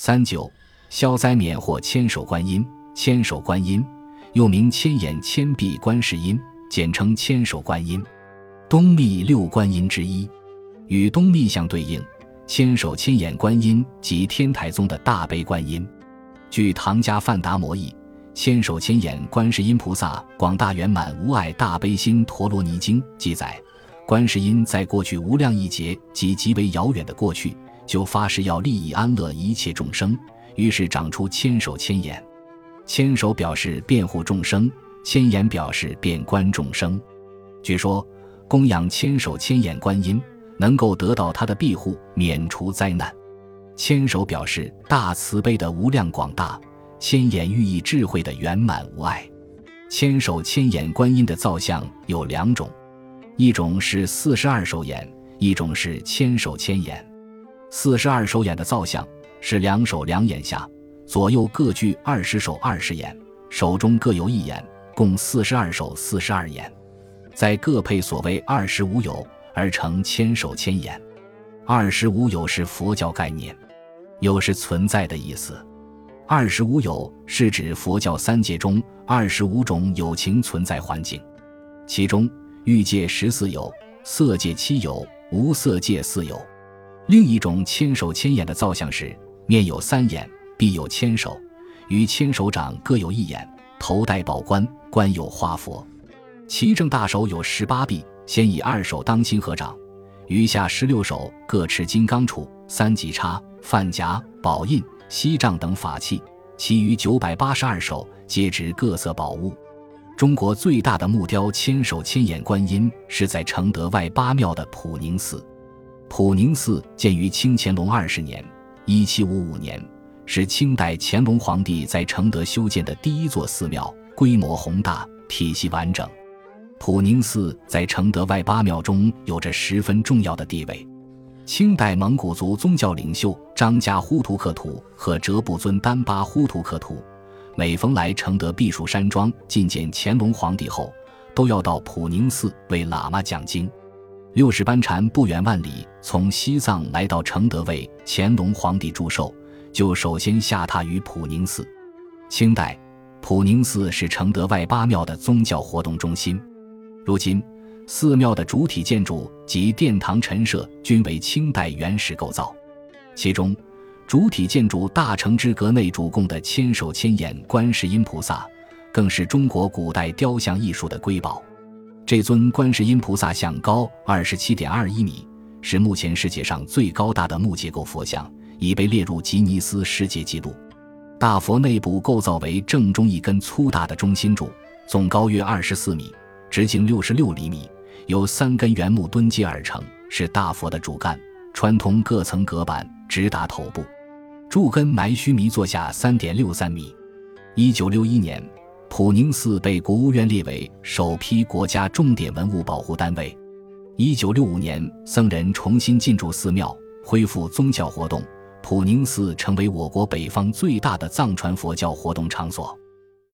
39消灾免祸千手观音。千手观音又名千眼千臂观世音，简称千手观音，东密六观音之一。与东密相对应，千手千眼观音即天台宗的大悲观音。据唐家范达摩译千手千眼观世音菩萨广大圆满无碍大悲心陀罗尼经记载，观世音在过去无量亿劫及极为遥远的过去，就发誓要利益安乐一切众生，于是长出千手千眼。千手表示辩护众生，千眼表示遍观众生。据说供养千手千眼观音，能够得到他的庇护，免除灾难。千手表示大慈悲的无量广大，千眼寓意智慧的圆满无碍。千手千眼观音的造像有两种，一种是42手眼，一种是千手千眼。42手眼的造像是两手两眼下，左右各具20手20眼，手中各有一眼，共42手42眼，在各配所谓25有，而成千手千眼。25有是佛教概念，有是存在的意思。25有是指佛教三界中25种有情存在环境，其中欲界14有，色界7有，无色界4有。另一种千手千眼的造像是面有3眼，臂有千手，于千手掌各有一眼，头戴宝冠，冠有花佛。其正大手有18臂，先以2手当心合掌，余下16手各持金刚杵、3级叉、范夹、宝印、锡杖等法器，其余982手皆执各色宝物。中国最大的木雕千手千眼观音是在承德外八庙的普宁寺。普宁寺建于清乾隆20年1755年，是清代乾隆皇帝在承德修建的第一座寺庙，规模宏大，体系完整。普宁寺在承德外八庙中有着十分重要的地位。清代蒙古族宗教领袖张家呼图克图和哲布尊丹巴呼图克图每逢来承德避暑山庄觐见乾隆皇帝后，都要到普宁寺为喇嘛讲经。60班禅不远万里从西藏来到承德为乾隆皇帝祝寿，就首先下榻于普宁寺。清代普宁寺是承德外八庙的宗教活动中心。如今寺庙的主体建筑及殿堂陈设均为清代原始构造，其中主体建筑大成之阁内主供的千手千眼观世音菩萨更是中国古代雕像艺术的瑰宝。这尊观世音菩萨像高 27.21 米，是目前世界上最高大的木结构佛像，已被列入吉尼斯世界纪录。大佛内部构造为正中一根粗大的中心柱，总高约24米，直径66厘米，由3根圆木墩接而成，是大佛的主干，穿通各层隔板，直达头部。柱根埋须弥座下 3.63 米。1961年普宁寺被国务院列为首批国家重点文物保护单位。1965年僧人重新进驻寺庙，恢复宗教活动，普宁寺成为我国北方最大的藏传佛教活动场所。